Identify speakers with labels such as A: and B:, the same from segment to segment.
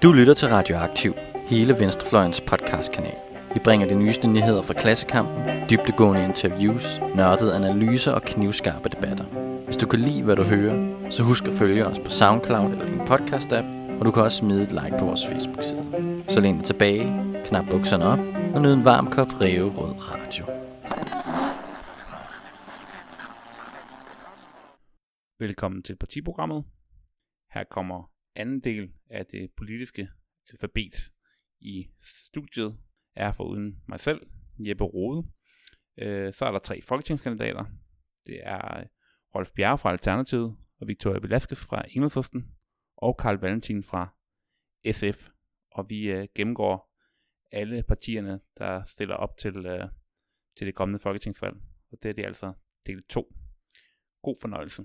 A: Du lytter til Radioaktiv, hele Venstrefløjens podcastkanal. Vi bringer de nyeste nyheder fra klassekampen, dybdegående interviews, nørdede analyser og knivskarpe debatter. Hvis du kan lide, hvad du hører, så husk at følge os på SoundCloud eller din podcast-app, og du kan også smide et like på vores Facebook-side. Så læn dig tilbage, knap bukserne op og nyd en varm kop ræverød radio.
B: Velkommen til partiprogrammet. Her kommer anden del af det politiske alfabet. I studiet er foruden mig selv, Jeppe Rode. Så er der 3 folketingskandidater. Det er Rolf Bjerre fra Alternativet, og Victoria Velasquez fra Enhedslisten, og Carl Valentin fra SF. Og vi gennemgår alle partierne, der stiller op til det kommende folketingsvalg. Og det er det altså del 2. God fornøjelse.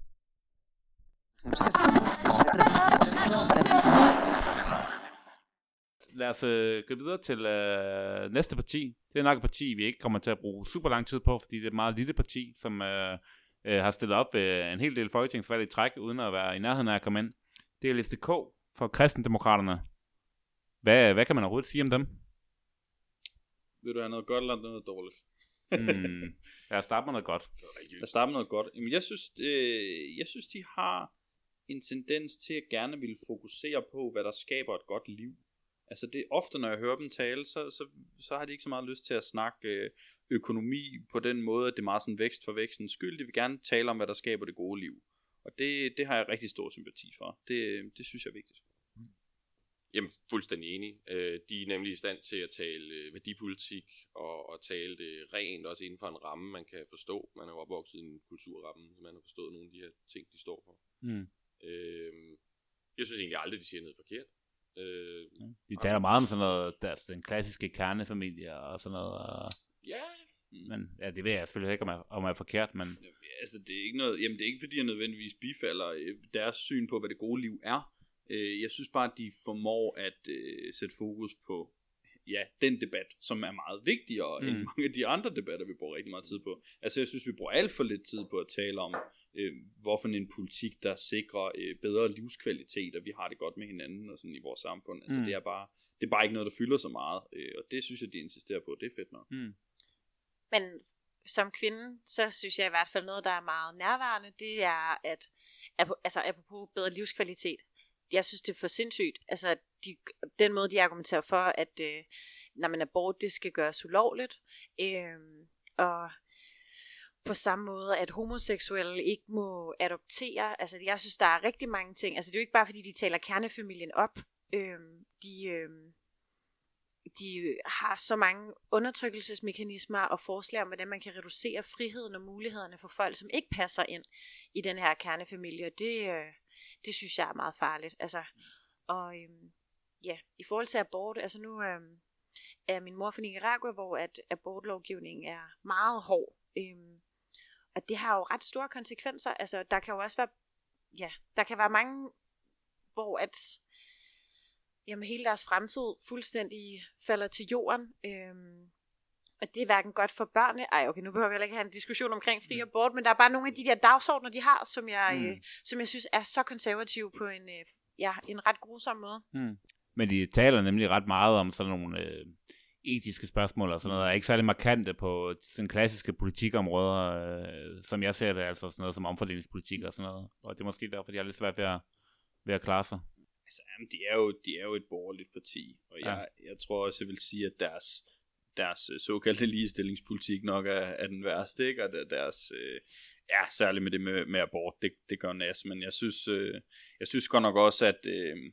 B: Lad os gå videre til næste parti. Det er nok et parti, vi ikke kommer til at bruge super lang tid på, fordi det er et meget lille parti, som har stillet op ved en hel del folketingsvalg i træk, uden at være i nærheden af at komme ind. Det er Liste K for Kristendemokraterne. Hvad kan man overhovedet sige om dem?
C: Vil du have noget godt eller noget dårligt?
B: Lad os starte med noget godt.
C: Jamen, jeg synes, de har en tendens til at gerne ville fokusere på, hvad der skaber et godt liv. Altså det ofte, når jeg hører dem tale, så har de ikke så meget lyst til at snakke økonomi på den måde, at det er meget sådan vækst for vækstens skyld. De vil gerne tale om, hvad der skaber det gode liv. Og det har jeg rigtig stor sympati for. Det synes jeg er vigtigt.
D: Jamen, fuldstændig enig. De er nemlig i stand til at tale værdipolitik og tale det rent, også inden for en ramme, man kan forstå. Man er jo opvokset i en kulturramme, så man har forstået nogle af de her ting, de står for. Jeg synes egentlig aldrig, de siger noget forkert.
B: De taler meget om sådan noget, den klassiske kernefamilie og sådan noget.
D: Ja.
B: Men ja, det ved jeg selvfølgelig ikke, om jeg er forkert, men...
C: Altså, det er ikke noget... Jamen, det er ikke fordi, jeg nødvendigvis bifalder deres syn på, hvad det gode liv er. Jeg synes bare, at de formår at sætte fokus på den debat, som er meget vigtigere end mange af de andre debatter, vi bruger rigtig meget tid på. Altså jeg synes, vi bruger alt for lidt tid på at tale om, hvorfor en politik, der sikrer bedre livskvalitet, og vi har det godt med hinanden og sådan i vores samfund. Altså det er bare ikke noget, der fylder så meget, og det synes jeg, de insisterer på. Det er fedt nok.
E: Men som kvinde, så synes jeg i hvert fald noget, der er meget nærværende, det er, at apropos bedre livskvalitet, jeg synes, det er for sindssygt. Altså, den måde, de argumenterer for, at når man er abort, det skal gøres ulovligt. Og på samme måde, at homoseksuelle ikke må adoptere. Altså, jeg synes, der er rigtig mange ting. Altså, det er jo ikke bare, fordi de taler kernefamilien op. De har så mange undertrykkelsesmekanismer og forslag om, hvordan man kan reducere friheden og mulighederne for folk, som ikke passer ind i den her kernefamilie. Det synes jeg er meget farligt. Altså, og i forhold til abort, altså nu er min mor fra Nicaragua, hvor at abortlovgivningen er meget hård. Og det har jo ret store konsekvenser. Altså, der kan jo også være, der kan være mange, hvor at hele deres fremtid fuldstændig falder til jorden. Og det er hverken godt for børnene. Okay, nu behøver vi heller ikke have en diskussion omkring fri abort, men der er bare nogle af de der dagsordner, de har, som jeg synes er så konservative på en ret grusom måde.
B: Men de taler nemlig ret meget om sådan nogle etiske spørgsmål og sådan noget, er ikke særlig markante på sådan klassiske politikområder, som jeg ser det, altså sådan noget som omfordelingspolitik og sådan noget. Og det er måske derfor, de har lidt svært ved at klare sig.
C: Altså, de er jo et borgerligt parti, og jeg tror også, jeg vil sige, at deres såkaldte ligestillingspolitik nok er den værste, ikke? Og deres, særligt med det med abort, det gør nas, men jeg synes godt nok også, at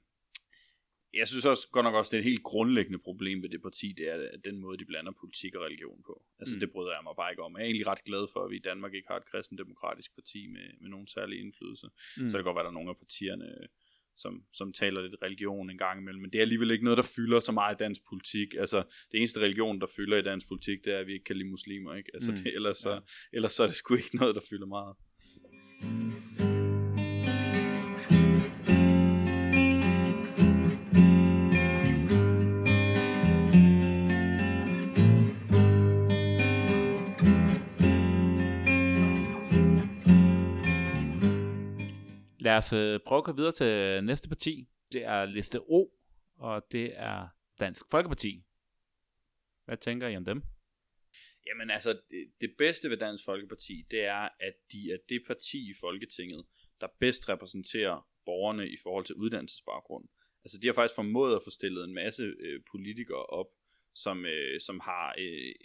C: jeg synes også godt nok også, det er et helt grundlæggende problem ved det parti, det er den måde, de blander politik og religion på. Altså det bryder jeg mig bare ikke om. Jeg er egentlig ret glad for, at vi i Danmark ikke har et kristendemokratisk parti med nogen særlig indflydelse. Så det kan godt være, der er nogle af partierne, som taler lidt religion en gang imellem, men det er alligevel ikke noget, der fylder så meget i dansk politik. Altså, det eneste religion, der fylder i dansk politik, det er, at vi ikke kan lide muslimer, ikke? Altså, ellers så er det sgu ikke noget, der fylder meget.
B: Lad os prøve at gå videre til næste parti. Det er Liste O og det er Dansk Folkeparti. Hvad tænker I om dem?
C: Jamen altså, det bedste ved Dansk Folkeparti, det er, at de er det parti i Folketinget, der bedst repræsenterer borgerne i forhold til uddannelsesbaggrund. Altså, de har faktisk formået at få stillet en masse politikere op, som har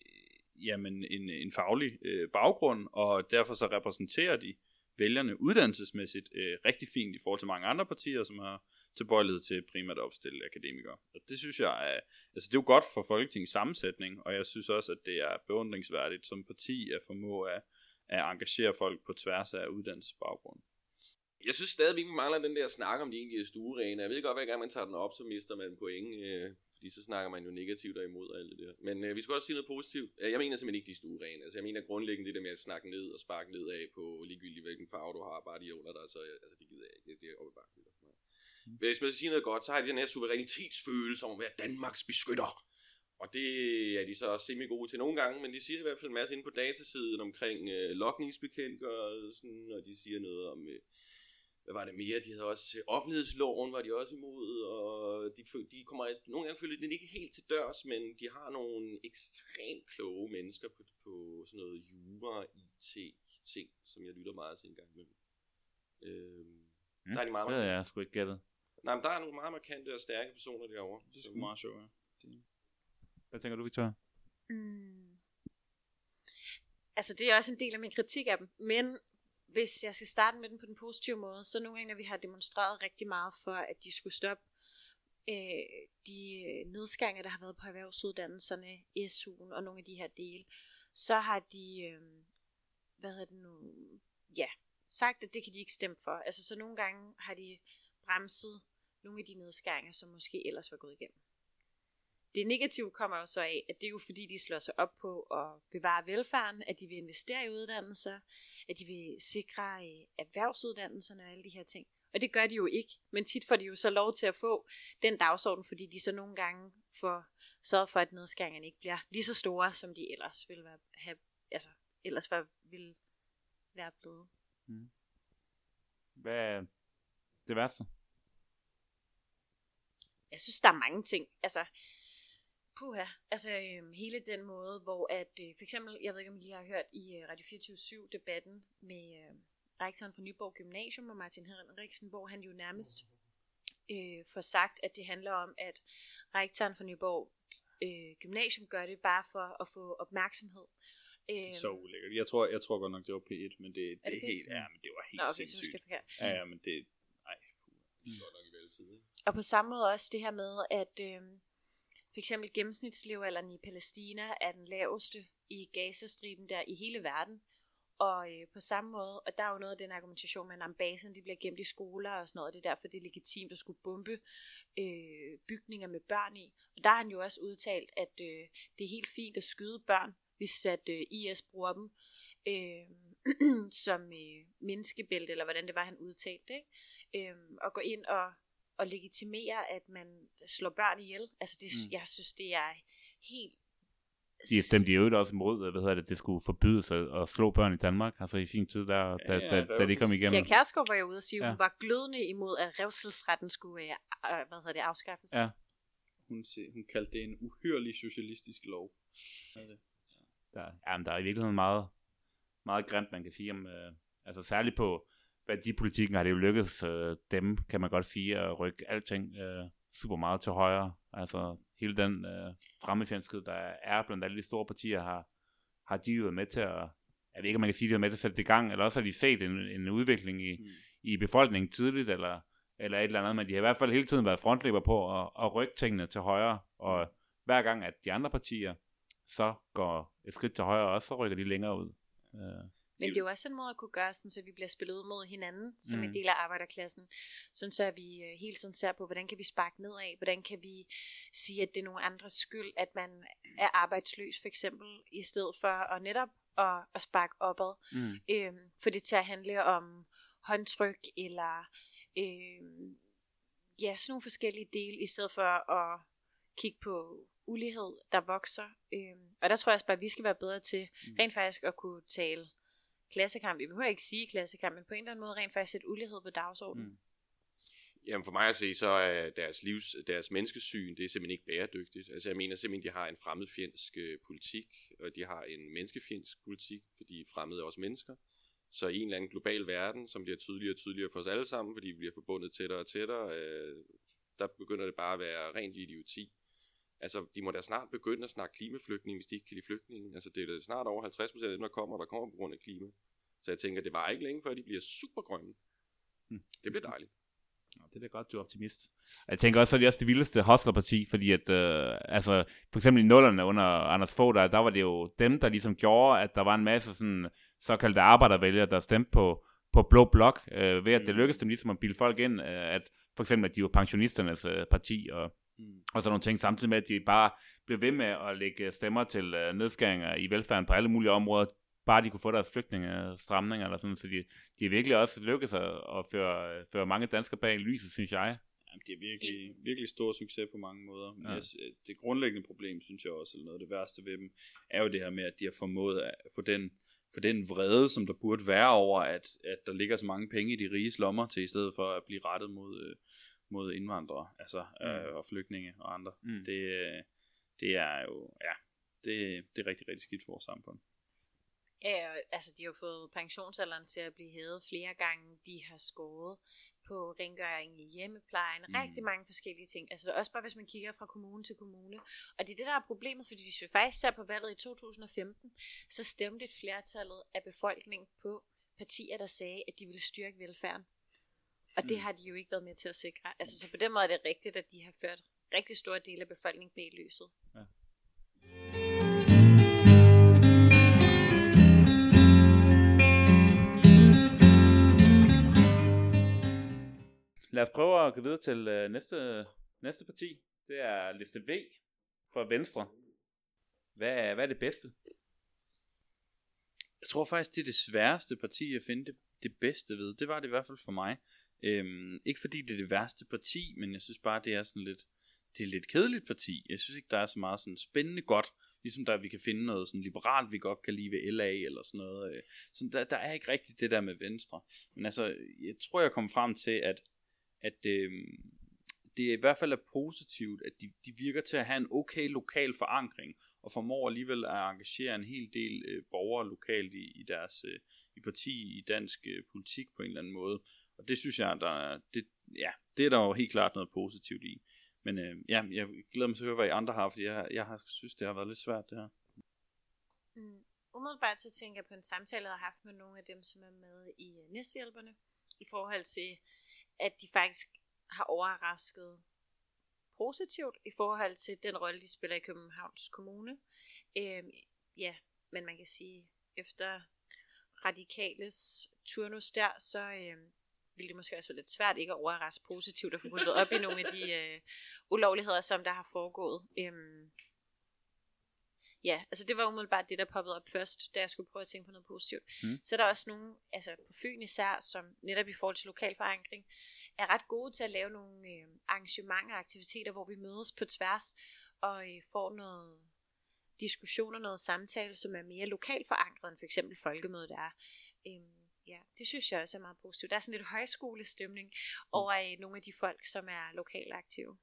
C: en faglig baggrund, og derfor så repræsenterer de vælgerne uddannelsesmæssigt rigtig fint i forhold til mange andre partier, som har tilbøjelighed til primært at opstille akademikere. Og det synes jeg det er jo godt for Folketingets sammensætning, og jeg synes også, at det er beundringsværdigt som parti at formå at engagere folk på tværs af uddannelsesbaggrund.
D: Jeg synes stadig, vi mangler den der snak om de egentlige stuerene. Jeg ved godt, hver gang man tager den op, så mister man point, fordi så snakker man jo negativt og imod og alt det der. Men vi skal også sige noget positivt. Jeg mener simpelthen ikke de stuerene. Altså jeg mener grundlæggende det der med at snakke ned og sparke ned af på ligegyldigt hvilken farve du har, bare de under dig, så altså det gider jeg ikke. Det er oppe bare for mig. Hvis man skal sige noget godt, så har de den her suverænitetsfølelse om at være Danmarks beskytter. Og det er de så også semi-gode til nogle gange, men de siger i hvert fald en masse inde på datasiden omkring logningsbekendtgørelsen, og de siger noget om... hvad var det mere? De havde også offentlighedsloven, var de også imod, og de kommer nogle gange følge den ikke helt til dørs, men de har nogle ekstremt kloge mennesker på sådan noget jura, IT-ting, som jeg lytter meget til en gang imellem. Der er de meget
B: det er jeg sgu ikke gættet.
D: Nej, men der er nogle meget markante og stærke personer derovre.
C: Det er sgu meget sjovt, ja.
B: Hvad tænker du, Victoria?
E: Altså, det er også en del af min kritik af dem, men hvis jeg skal starte med den på den positive måde, så nogle gange, når vi har demonstreret rigtig meget for, at de skulle stoppe de nedskæringer, der har været på erhvervsuddannelserne, SU'en og nogle af de her dele, så har de, sagt, at det kan de ikke stemme for. Altså, så nogle gange har de bremset nogle af de nedskæringer, som måske ellers var gået igennem. Det negative kommer jo så af, at det er jo fordi, de slår sig op på at bevare velfærden, at de vil investere i uddannelser, at de vil sikre erhvervsuddannelserne og alle de her ting. Og det gør de jo ikke, men tit får de jo så lov til at få den dagsorden, fordi de så nogle gange får sørget for, at nedskæringerne ikke bliver lige så store, som de ellers ville være blevet.
B: Hvad er det værste?
E: Jeg synes, der er mange ting. Hele den måde, hvor at, for eksempel, jeg ved ikke, om I lige har hørt i Radio 24/7-debatten med rektoren fra Nyborg Gymnasium og Martin Henriksen, hvor han jo nærmest får sagt, at det handler om, at rektoren fra Nyborg Gymnasium gør det bare for at få opmærksomhed.
C: Det er så ulækkert. Jeg tror godt nok, det var P1, men det er helt... Ja, men det var helt sindssygt. Ja, men det... Nej.
D: Godt nok i valgsiden.
E: Og på samme måde også det her med, at for eksempel gennemsnitslevealderen i Palæstina er den laveste i Gazastriben der i hele verden. Og på samme måde, og der er jo noget af den argumentation med, at basen de bliver gemt i skoler og sådan noget, og det er derfor, det er legitimt at skulle bombe bygninger med børn i. Og der har han jo også udtalt, at det er helt fint at skyde børn, hvis at IS bruger dem som menneskebælte, eller hvordan det var, han udtalte det. Og gå ind og legitimere, at man slår børn ihjel. Altså, jeg synes, det er helt...
B: De stemte jo også imod, det skulle forbydes at slå børn i Danmark, altså i sin tid, da det kom igennem.
E: Pia Kjærsgaard var jo ude at sige, at hun var glødende imod, at revselsretten skulle afskaffes.
B: Ja.
C: Hun kaldte det en uhyrlig socialistisk lov.
B: Der er i virkeligheden meget, meget grimt, man kan sige om, altså særligt på værdipolitikken har det jo lykkedes dem, kan man godt sige, at rykke alting super meget til højre. Altså hele den fremmedfjendskhed, der er blandt alle de store partier, har de jo været med til at, jeg ved ikke, om man kan sige, at de har med til at sætte det i gang, eller også har de set en udvikling i befolkningen tidligt, eller et eller andet, men de har i hvert fald hele tiden været frontløber på at rykke tingene til højre, og hver gang, at de andre partier så går et skridt til højre også, så rykker de længere ud.
E: Men det er jo også en måde at kunne gøre, sådan, så vi bliver spillet ud mod hinanden, som en del af arbejderklassen. Sådan så vi hele tiden ser på, hvordan kan vi sparke nedad, hvordan kan vi sige, at det er nogle andres skyld, at man er arbejdsløs for eksempel, i stedet for at netop at sparke opad. For det til at handle om håndtryk, eller sådan nogle forskellige dele, i stedet for at kigge på ulighed, der vokser. Og der tror jeg også bare, at vi skal være bedre til rent faktisk at kunne tale klassekamp. Vi behøver ikke sige klassekamp, men på en eller anden måde rent faktisk sætte ulighed på dagsordenen.
D: Jamen for mig at se, så er deres menneskesyn, det er simpelthen ikke bæredygtigt. Altså jeg mener simpelthen, de har en fremmedfjendsk politik, og de har en menneskefjendsk politik, fordi fremmede er også mennesker. Så i en eller anden global verden, som bliver tydeligere og tydeligere for os alle sammen, fordi vi bliver forbundet tættere og tættere, der begynder det bare at være rent idioti. Altså, de må da snart begynde at snakke klimaflygtning, hvis de ikke kan lide flygtningen. Altså, det er da snart over 50% af dem, der kommer på grund af klima. Så jeg tænker, det var ikke længe før, de bliver super grønne. Det bliver dejligt.
B: Ja, det er da godt, du er optimist. Jeg tænker også, at det er også det vildeste hustlerparti, fordi at, altså, for eksempel i nullerne under Anders Fogh, der var det jo dem, der ligesom gjorde, at der var en masse sådan såkaldte arbejdervælgere, der stemte på Blå Blok, ved at det lykkedes dem ligesom at bilde folk ind, at for eksempel, at de var pensionisternes parti, og sådan nogle ting, samtidig med, at de bare blev ved med at lægge stemmer til nedskæringer i velfærden på alle mulige områder, bare de kunne få deres flygtningestramninger, eller sådan, så de virkelig også lykkedes at føre mange danskere bag lyset, synes jeg.
C: Jamen, det er virkelig stor succes på mange måder. Men det grundlæggende problem, synes jeg også, eller noget af det værste ved dem, er jo det her med, at de har formået at få den vrede, som der burde være over, at der ligger så mange penge i de riges lommer, til i stedet for at blive rettet mod indvandrere, altså og flygtninge og andre. Det er jo, det er rigtig, rigtig skidt for vores samfund.
E: Ja, altså de har fået pensionsalderen til at blive hævet flere gange. De har skåret på rengøring i hjemmeplejen. Rigtig mange forskellige ting. Altså også bare hvis man kigger fra kommune til kommune. Og det er det, der er problemet, fordi hvis vi faktisk ser på valget i 2015, så stemte et flertallet af befolkningen på partier, der sagde, at de ville styrke velfærden. Og det har de jo ikke været med til at sikre. Altså så på den måde er det rigtigt, at de har ført rigtig store dele af befolkningen bag lyset. Ja.
B: Lad os prøve at gå videre til næste parti. Det er liste V for Venstre. Hvad er det bedste?
C: Jeg tror faktisk, det er det sværeste parti at finde det bedste ved. Det var det i hvert fald for mig. Ikke fordi det er det værste parti, men jeg synes bare, det er lidt kedeligt parti. Jeg synes ikke, der er så meget sådan spændende godt, ligesom der vi kan finde noget sådan liberalt, vi godt kan lide ved LA eller sådan noget. Så der er ikke rigtigt det der med Venstre. Men altså, jeg tror, jeg kommer frem til, at det i hvert fald er positivt, at de virker til at have en okay lokal forankring, og formår alligevel at engagere en hel del borgere lokalt i deres i parti, i dansk politik på en eller anden måde. Og det synes jeg, det er der jo helt klart noget positivt i. Men jeg glæder mig til at høre, hvad I andre har, fordi jeg synes, det har været lidt svært, det her.
E: Umiddelbart så tænker jeg på en samtale, jeg har haft med nogle af dem, som er med i Næstehjælperne, i forhold til, at de faktisk har overrasket positivt i forhold til den rolle, de spiller i Københavns Kommune. Men man kan sige, efter Radikales turnus der, så ville det måske også være lidt svært ikke at overraske positivt og få ryddet op i nogle af de ulovligheder, som der har foregået. Altså det var umiddelbart det, der poppede op først, da jeg skulle prøve at tænke på noget positivt. Så er der også nogle, altså på Fyn især, som netop i forhold til lokal forankring, er ret gode til at lave nogle arrangementer og aktiviteter, hvor vi mødes på tværs og får noget diskussion og noget samtale, som er mere lokalt forankret, end for eksempel folkemødet er. Det synes jeg også er meget positivt. Der er sådan lidt højskolestemning over nogle af de folk, som er lokalt aktive.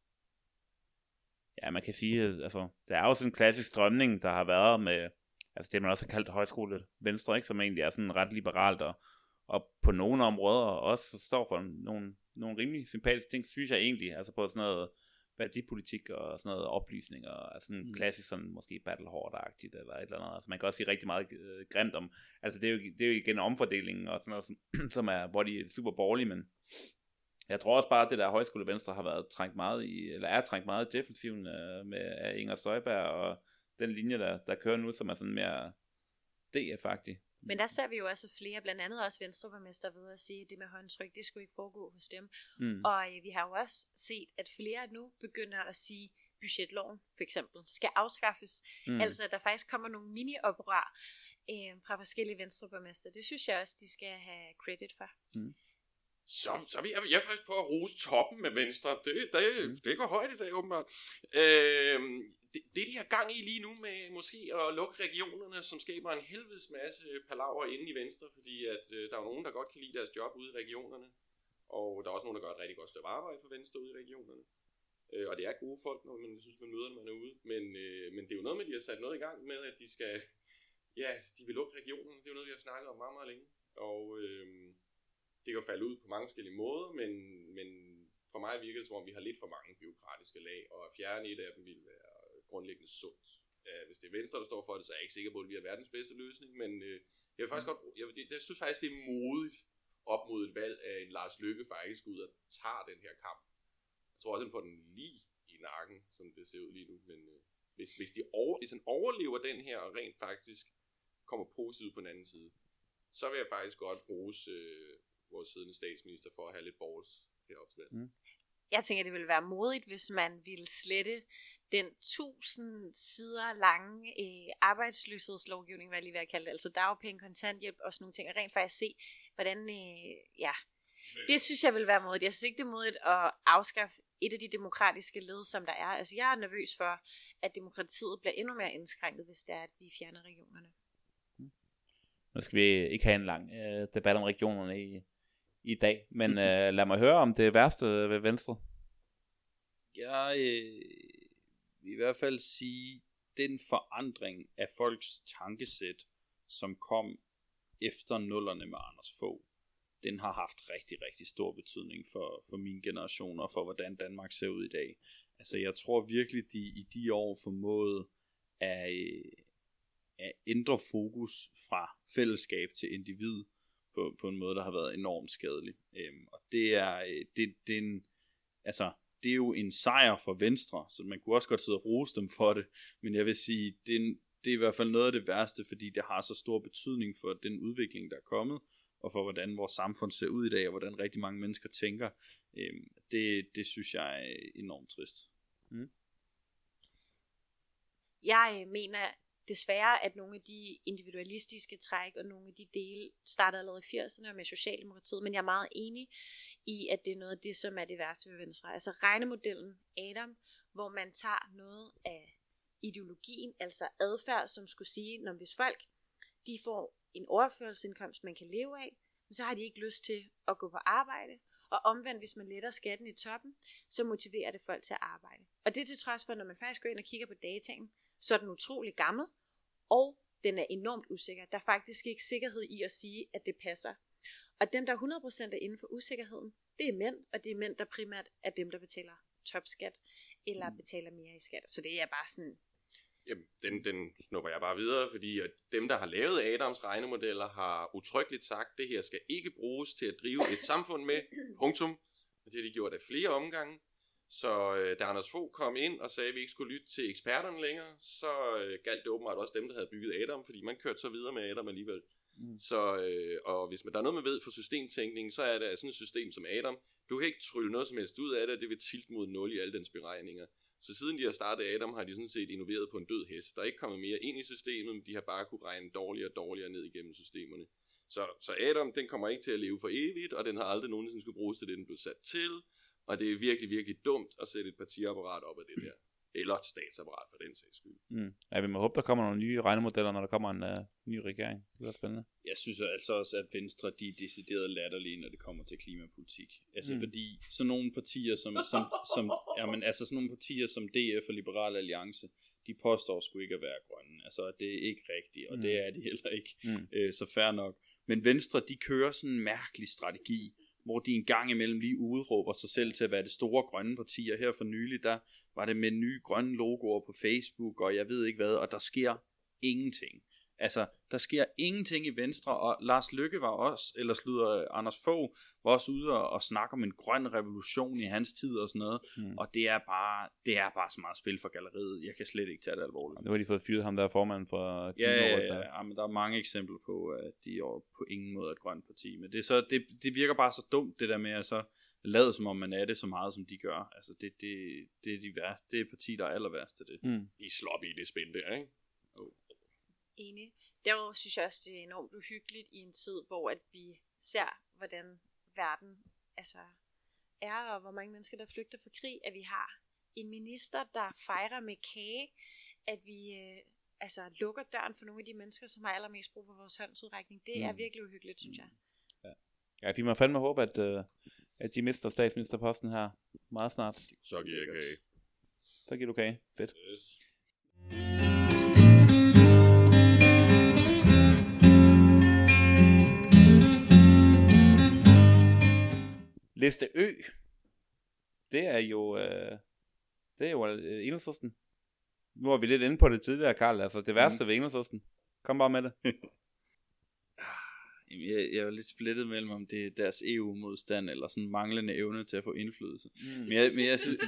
B: Ja, man kan sige, altså, der er jo sådan en klassisk strømning, der har været med, altså det man også har kaldt højskole Venstre, ikke, som egentlig er sådan ret liberalt, og på nogle områder også står for nogle rimelig sympatiske ting, synes jeg egentlig, altså på sådan noget værdipolitik og sådan noget oplysning, og altså sådan klassisk sådan måske battlehord-agtigt, eller et eller andet, altså man kan også sige rigtig meget grimt om, altså det er jo igen omfordelingen, og sådan noget, som er, hvor de er super borgerlige, men jeg tror også bare, at det der højskole Venstre har været trængt meget i, eller er trængt meget i defensiven med Inger Støjberg, og den linje, der kører nu, som er sådan mere DF-agtig.
E: Men der ser vi jo også flere, blandt andet også Venstreborgmester ved at sige, at det med håndtryk, det skulle ikke foregå hos dem. Og vi har jo også set, at flere nu begynder at sige, budgetloven for eksempel skal afskaffes. Altså at der faktisk kommer nogle mini-oprør fra forskellige Venstreborgmester. Det synes jeg også, de skal have credit for.
D: Så vil jeg faktisk på at rose toppen med Venstre. Det går højt i dag, åbenbart. Det de har gang i lige nu med måske at lukke regionerne, som skaber en helvedes masse palaver inde i Venstre, fordi at der er nogen, der godt kan lide deres job ude i regionerne. og der er også nogen, der gør et rigtig godt stykke arbejde for Venstre ude i regionerne. Og det er gode folk, når man synes, man møder, når man er ude. Men det er jo noget med, at de har sat noget i gang med, at de skal, de vil lukke regionerne. Det er jo noget, vi har snakket om meget, meget længe. Og det kan jo falde ud på mange forskellige måder, men for mig virker det, som om vi har lidt for mange bureaukratiske lag, og at fjerne et af dem ville være grundlæggende sundt. Hvis det er Venstre, der står for det, så er jeg ikke sikker på, at vi har verdens bedste løsning, men jeg vil faktisk godt, jeg synes faktisk, det er modigt op mod et valg, at en Lars Løkke faktisk ud og tager den her kamp. Jeg tror også, han får den lige i nakken, som det ser ud lige nu, men hvis han overlever den her, og rent faktisk kommer positivt på den anden side, så vil jeg faktisk godt bruge vores siddende statsminister for at have lidt balls heroppe til valget.
E: Jeg tænker, det ville være modigt, hvis man ville slette den 1000 sider lange arbejdsløshedslovgivning, hvad jeg lige vil kalde det, altså dagpenge, kontanthjælp og sådan nogle ting, og rent faktisk se, hvordan, det synes jeg vil være modigt. Jeg synes ikke, det er modigt at afskaffe et af de demokratiske led, som der er. Altså, jeg er nervøs for, at demokratiet bliver endnu mere indskrænket, hvis det er, at vi fjerner regionerne.
B: Nu skal vi ikke have en lang debat om regionerne i dag, men lad mig høre om det værste ved Venstre.
C: Jeg vil i hvert fald sige, den forandring af folks tankesæt, som kom efter nullerne med Anders Fogh, den har haft rigtig, rigtig stor betydning for min generation og for hvordan Danmark ser ud i dag. Altså jeg tror virkelig, de i de år formåede at ændre fokus fra fællesskab til individ på en måde, der har været enormt skadelig. Og det er jo en sejr for Venstre, så man kunne også godt sidde og rose dem for det, men jeg vil sige, det er i hvert fald noget af det værste, fordi det har så stor betydning for den udvikling, der er kommet, og for hvordan vores samfund ser ud i dag, og hvordan rigtig mange mennesker tænker. Det synes jeg er enormt trist.
E: Jeg mener desværre, at nogle af de individualistiske træk og nogle af de dele startede allerede i 80'erne med Socialdemokratiet, men jeg er meget enig i, at det er noget af det, som er det værste ved Venstre. Altså regnemodellen Adam, hvor man tager noget af ideologien, altså adfærd, som skulle sige, når hvis folk de får en overførselsindkomst, man kan leve af, så har de ikke lyst til at gå på arbejde, og omvendt, hvis man letter skatten i toppen, så motiverer det folk til at arbejde. Og det er til trods for, når man faktisk går ind og kigger på dataen, så er den utrolig gammel, og den er enormt usikker. Der er faktisk ikke sikkerhed i at sige, at det passer. Og dem, der 100% er inden for usikkerheden, det er mænd, og det er mænd, der primært er dem, der betaler topskat, eller betaler mere i skat. Så det er bare sådan...
D: Jamen, den snupper jeg bare videre, fordi at dem, der har lavet Adams regnemodeller, har utryggeligt sagt, at det her skal ikke bruges til at drive et samfund med, punktum. Og det har de gjort af flere omgange. Så da Anders Fogh kom ind og sagde, at vi ikke skulle lytte til eksperterne længere, så galt det åbenbart også dem, der havde bygget Adam, fordi man kørte så videre med Adam alligevel. Så, og hvis der er noget, man ved for systemtænkning, så er det sådan et system som Adam. Du kan ikke trylle noget som helst ud af det, og det vil tilte mod 0 i alle dens beregninger. Så siden de har startet Adam, har de sådan set innoveret på en død hest. Der er ikke kommet mere ind i systemet, men de har bare kunne regne dårligere og dårligere ned igennem systemerne. Så Adam, den kommer ikke til at leve for evigt, og den har aldrig nogensinde skulle bruges til det, den blev sat til. Og det er virkelig, virkelig dumt at sætte et partiapparat op af det der. Eller et statsapparat for den sags skyld.
B: Ja, vi må håbe, der kommer nogle nye regnemodeller, når der kommer en ny regering. Det er spændende.
C: Jeg synes altså også, at Venstre, de er decideret latterlige, når det kommer til klimapolitik. Altså fordi sådan nogle partier sådan nogle partier som DF og Liberal Alliance, de påstår sgu ikke at være grønne. Altså det er ikke rigtigt, og det er de heller ikke. Så fair nok. Men Venstre, de kører sådan en mærkelig strategi, hvor de en gang imellem lige udråber sig selv til at være det store grønne parti, og her for nylig, der var det med nye grønne logoer på Facebook, og jeg ved ikke hvad, og der sker ingenting. Altså, der sker ingenting i Venstre, og Lars Løkke var også, Anders Fogh var også ude og snakke om en grøn revolution i hans tid og sådan noget, og det er bare så meget spil for galleriet. Jeg kan slet ikke tage det alvorligt.
B: Og nu har de fået fyret ham der formanden for
C: Klimarådet. Ja, men der er mange eksempler på, at de er på ingen måde et grønt parti, men det virker bare så dumt, det der med at så lade som om man er det så meget, som de gør. Altså, det er de værste. Det er parti, der er aller værst til det.
D: I slår i det spil der, ikke?
E: Enig. Derudover synes jeg også, det er enormt uhyggeligt i en tid, hvor at vi ser, hvordan verden er, og hvor mange mennesker, der flygter fra krig, at vi har en minister, der fejrer med kage, at vi lukker døren for nogle af de mennesker, som har allermest brug for vores håndsudrækning. Det er virkelig uhyggeligt, synes jeg.
B: Ja, vi må fandme håbe, at de mister statsministerposten her meget snart.
D: Så giver jeg kage.
B: Så giver du kage. Fedt.
D: Yes.
B: Liste Ø. Det er jo Enhedslisten. Nu var vi lidt inde på det tidligere, Karl. Altså det værste ved Enhedslisten. Kom bare med det.
C: Jeg er lidt splittet mellem, om det er deres EU-modstand, eller sådan manglende evne til at få indflydelse. Men jeg synes,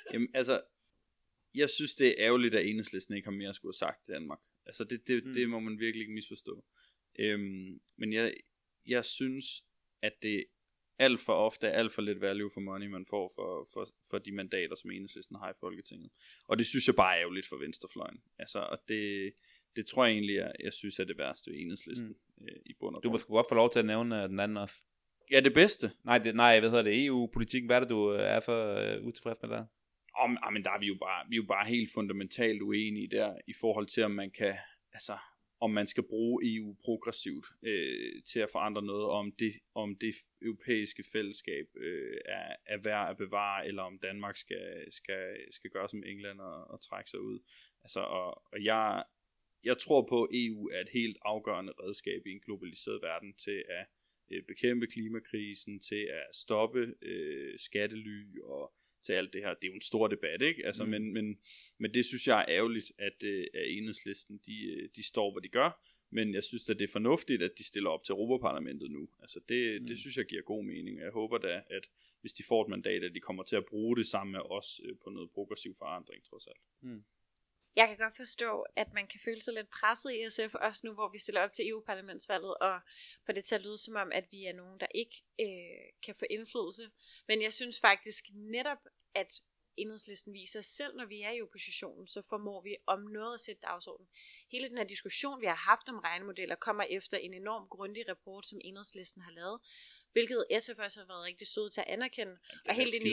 C: jeg synes, det er ærgerligt, at Enhedslisten ikke har mere at skulle have sagt til Danmark. Altså det må man virkelig ikke misforstå. Men jeg synes, at det alt for ofte er alt for lidt value for money, man får for de mandater, som Enhedslisten har i Folketinget. Og det synes jeg bare er ærgerligt for venstrefløjen. Altså, og det tror jeg egentlig, jeg synes er det værste ved Enhedslisten i bund og grund.
B: Du må sgu godt få lov til at nævne den anden også.
C: Ja, det bedste.
B: Nej, hvad hedder det? EU-politik. Hvad er det, du er så utilfreds med der?
C: Men der er vi er jo bare helt fundamentalt uenige der, i forhold til, om man kan, altså, om man skal bruge EU progressivt til at forandre noget, om det europæiske fællesskab er værd at bevare, eller om Danmark skal gøre som England og trække sig ud. Altså, og jeg tror på, at EU er et helt afgørende redskab i en globaliseret verden til at bekæmpe klimakrisen, til at stoppe skattely og til alt det her. Det er jo en stor debat, ikke? Altså, men det synes jeg er ærgerligt, at Enhedslisten de står, hvor de gør. Men jeg synes, at det er fornuftigt, at de stiller op til Europaparlamentet nu. Altså det synes jeg giver god mening. Jeg håber da, at hvis de får et mandat, at de kommer til at bruge det sammen med os på noget progressiv forandring, trods alt.
E: Jeg kan godt forstå, at man kan føle sig lidt presset i SF, også nu, hvor vi stiller op til EU-parlamentsvalget, og får det til at lyde som om, at vi er nogen, der ikke kan få indflydelse. Men jeg synes faktisk netop, at Enhedslisten viser selv, når vi er i oppositionen, så formår vi om noget at sætte dagsordenen. Hele den her diskussion, vi har haft om regnemodeller, kommer efter en enorm grundig rapport, som Enhedslisten har lavet, hvilket SF også har været rigtig søde til at anerkende. Og helt ind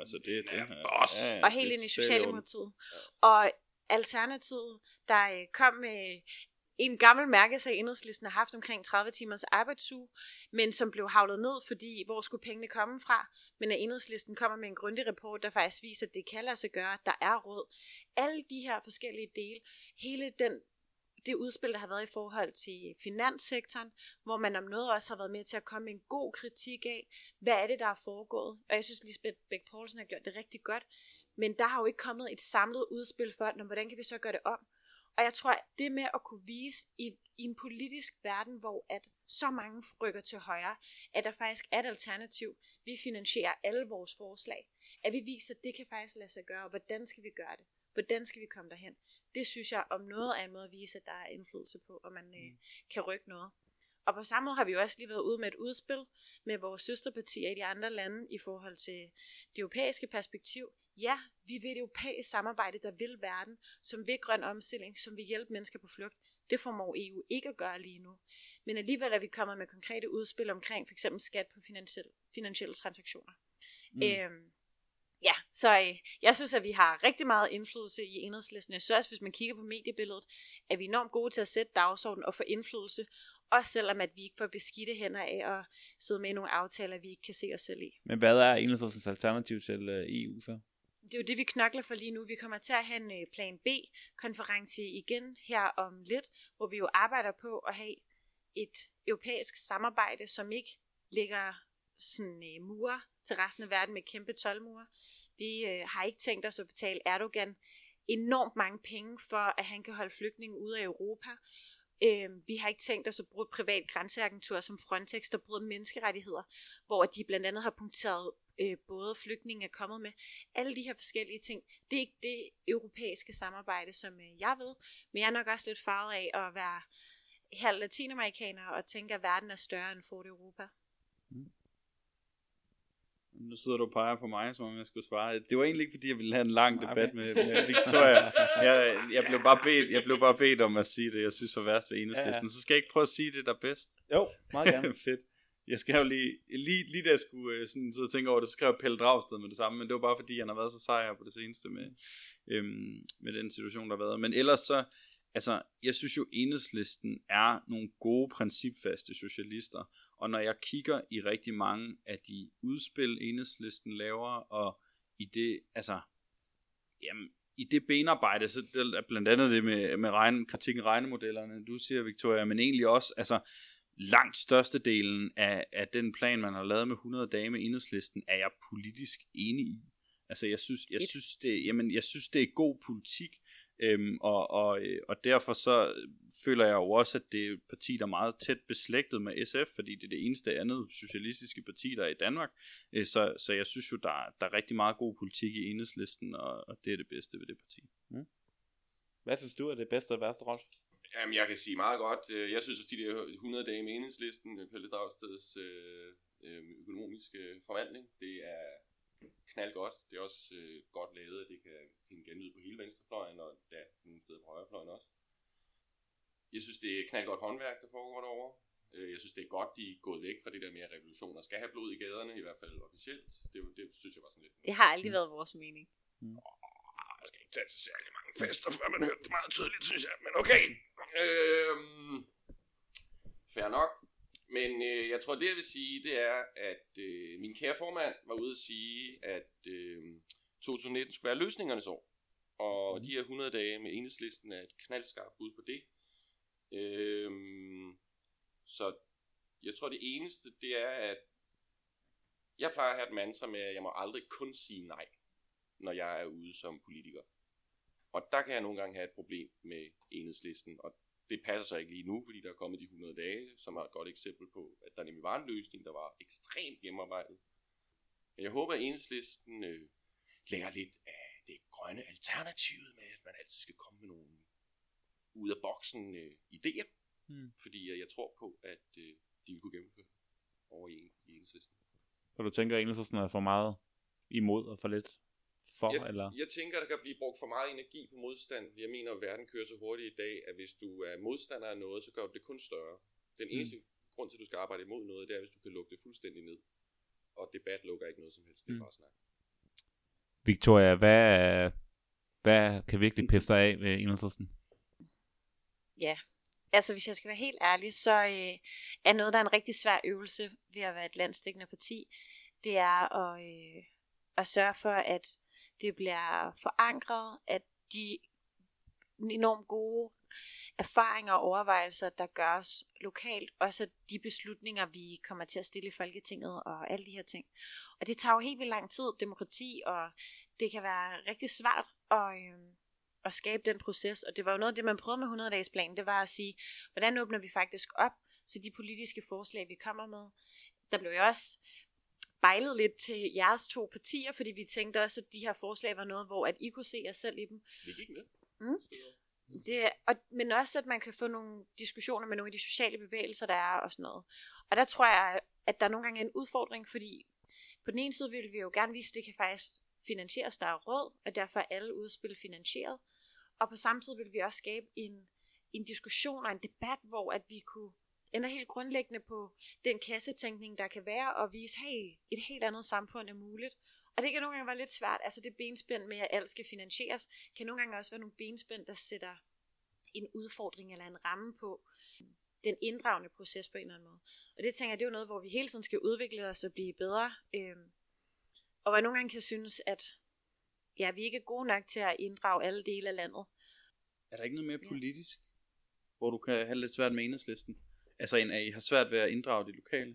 E: i Socialdemokratiet. Og Alternativet, der kom med en gammel mærkesag, Enhedslisten har haft omkring 30 timers arbejdsuge, men som blev havlet ned, fordi hvor skulle pengene komme fra? Men at Enhedslisten kommer med en grundig rapport, der faktisk viser, at det kan lade sig gøre, at der er råd. Alle de her forskellige dele, hele det udspil, der har været i forhold til finanssektoren, hvor man om noget også har været med til at komme med en god kritik af, hvad er det, der er foregået. Og jeg synes, Lisbeth Bech-Poulsen har gjort det rigtig godt. Men der har jo ikke kommet et samlet udspil for, hvordan kan vi så gøre det om? Og jeg tror, at det med at kunne vise i en politisk verden, hvor at så mange rykker til højre, at der faktisk er et alternativ. Vi finansierer alle vores forslag. At vi viser, at det kan faktisk lade sig gøre, og hvordan skal vi gøre det? Hvordan skal vi komme derhen? Det synes jeg om noget er en måde at vise, at der er indflydelse på, og man kan rykke noget. Og på samme måde har vi jo også lige været ude med et udspil med vores søsterpartier i de andre lande i forhold til det europæiske perspektiv. Ja, vi vil et europæisk samarbejde, der vil verden, som vil grøn omstilling, som vil hjælpe mennesker på flugt. Det formår EU ikke at gøre lige nu. Men alligevel er vi kommet med konkrete udspil omkring f.eks. skat på finansielle transaktioner. Så jeg synes, at vi har rigtig meget indflydelse i Enhedslisten. Jeg synes også, hvis man kigger på mediebilledet, er vi enormt gode til at sætte dagsordenen og få indflydelse. Også selvom at vi ikke får beskidte hænder af at sidde med i nogle aftaler, vi ikke kan se os selv i.
B: Men hvad er Enhedslistens alternativ til EU så?
E: Det er jo det, vi knokler for lige nu. Vi kommer til at have en plan B-konference igen her om lidt, hvor vi jo arbejder på at have et europæisk samarbejde, som ikke ligger sådan mure til resten af verden med kæmpe toldmure. Vi har ikke tænkt os at betale Erdogan enormt mange penge for, at han kan holde flygtninge ude af Europa. Vi har ikke tænkt os at bruge et privat grænseagentur som Frontex, der bryder menneskerettigheder, hvor de blandt andet har punkteret både flygtninge er kommet med. Alle de her forskellige ting, det er ikke det europæiske samarbejde, som jeg ved, men jeg er nok også lidt farvet af at være halv latinamerikaner og tænke, at verden er større end Fort Europa.
C: Nu sidder du og peger på mig, som om jeg skulle svare. Det var egentlig ikke, fordi jeg ville have en lang debat med Victoria. Jeg blev bare bedt om at sige det, jeg synes var værst ved Enhedslisten. Ja. Så skal jeg ikke prøve at sige det, der er bedst.
B: Jo, meget gerne.
C: Fedt. Jeg skal jo lige da jeg skulle sådan sidde og tænke over det, så skrev Pelle Dragsted med det samme, men det var bare fordi, han har været så sej her på det seneste med den situation, der har været. Men ellers så, altså, jeg synes jo, Enhedslisten er nogle gode, principfaste socialister, og når jeg kigger i rigtig mange af de udspil, Enhedslisten laver, og i det, altså, jamen, i det benarbejde, så det er blandt andet det med kritikken af regnemodellerne, du siger, Victoria, men egentlig også, altså, langt størstedelen af den plan, man har lavet med 100 dage med Enhedslisten, er jeg politisk enig i. Altså, jeg synes, det er god politik, og derfor så føler jeg jo også, at det er et parti, der er meget tæt beslægtet med SF, fordi det er det eneste andet socialistiske parti, der er i Danmark. Så jeg synes jo, der er rigtig meget god politik i Enhedslisten, og det er det bedste ved det parti.
B: Hvad synes du er det bedste og værste, Rolf?
D: Jamen, jeg kan sige meget godt. Jeg synes, at de der 100 dage med Enhedslisten, Pelle Dragsteds økonomiske forvandling, det er knald godt. Det er også godt lavet, at det kan finde genlyd på hele venstrefløjen, og ja, nogle steder på højrefløjen også. Jeg synes, det er knald godt håndværk, der foregår derovre. Jeg synes, det er godt, de er gået væk fra det der med, at revolutioner skal have blod i gaderne, i hvert fald officielt. Det synes jeg var sådan lidt.
E: Det har aldrig været vores mening.
D: Jeg skal ikke tage til særlig mange fester, før man hørte det meget tydeligt, synes jeg. Men okay. Fair nok. Men jeg tror, det jeg vil sige, det er, at min kære formand var ude at sige, at 2019 skulle være løsningernes år. Og de her 100 dage med Enhedslisten er et knaldskarpt bud på det. Så jeg tror, det eneste, det er, at jeg plejer at have et mantra med, at jeg må aldrig kun sige nej, når jeg er ude som politiker. Og der kan jeg nogle gange have et problem med Enhedslisten, og det passer så ikke lige nu, fordi der er kommet de 100 dage, som er et godt eksempel på, at der nemlig var en løsning, der var ekstremt gennemarbejdet. Men jeg håber, at Enhedslisten lærer lidt af det grønne alternativet med, at man altid skal komme med nogle ud af boksen idéer. Fordi jeg tror på, at de vil kunne gennemføre over i Enhedslisten.
B: Så du tænker, at Enhedslisten er for meget imod og for lidt for, eller?
D: Jeg tænker, at der kan blive brugt for meget energi på modstand. Jeg mener, at verden kører så hurtigt i dag, at hvis du er modstander af noget, så gør du det kun større. Den eneste grund til, at du skal arbejde imod noget, det er, hvis du kan lukke det fuldstændig ned. Og debat lukker ikke noget som helst. Det er bare snak.
B: Victoria, hvad kan virkelig pisse dig af ved Enhedslisten?
E: Ja, altså hvis jeg skal være helt ærlig, så er noget, der er en rigtig svær øvelse ved at være et landsdækkende parti, det er at sørge for, at det bliver forankret, at de enormt gode erfaringer og overvejelser, der gøres lokalt, også de beslutninger, vi kommer til at stille i Folketinget og alle de her ting. Og det tager jo helt vildt lang tid, demokrati, og det kan være rigtig svært at skabe den proces, og det var jo noget af det, man prøvede med 100-dagesplanen, det var at sige, hvordan åbner vi faktisk op, så de politiske forslag, vi kommer med, der blev jo også bejlet lidt til jeres 2 partier, fordi vi tænkte også, at de her forslag var noget, hvor at I kunne se jer selv i dem.
D: Vi gik med.
E: Men også, at man kan få nogle diskussioner med nogle af de sociale bevægelser, der er og sådan noget. Og der tror jeg, at der nogle gange er en udfordring, fordi på den ene side vil vi jo gerne vise, at det kan faktisk finansieres, der er råd, og derfor er alle udspil finansieret. Og på samme tid vil vi også skabe en diskussion og en debat, hvor at vi kunne ændre helt grundlæggende på den kassetænkning, der kan være, og vise, hey, et helt andet samfund er muligt. Og det kan nogle gange være lidt svært, altså det benspænd med, at alt skal finansieres, kan nogle gange også være nogle benspænd, der sætter en udfordring eller en ramme på den inddragende proces på en eller anden måde. Og det tænker jeg, det er jo noget, hvor vi hele tiden skal udvikle os og blive bedre. Og hvor jeg nogle gange kan synes, at ja, vi ikke er gode nok til at inddrage alle dele af landet.
C: Er der ikke noget mere politisk, hvor du kan have lidt svært med Enhedslisten? Altså, at I har svært ved at inddrage de lokale?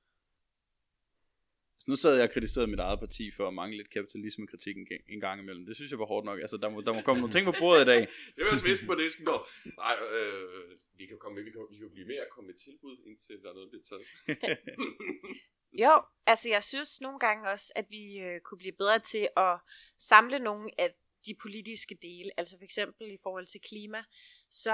C: Så nu sad jeg og kritiserede mit eget parti for at mangle lidt kapitalismekritik en gang imellem. Det synes jeg var hårdt nok. Altså, der må komme nogle ting på bordet i dag.
D: Det var svisken på disken dog. Nej, vi kan blive mere at komme med tilbud, indtil der er noget, der bliver taget.
E: Jo, altså jeg synes nogle gange også, at vi kunne blive bedre til at samle nogle af de politiske dele. Altså for eksempel i forhold til klima, så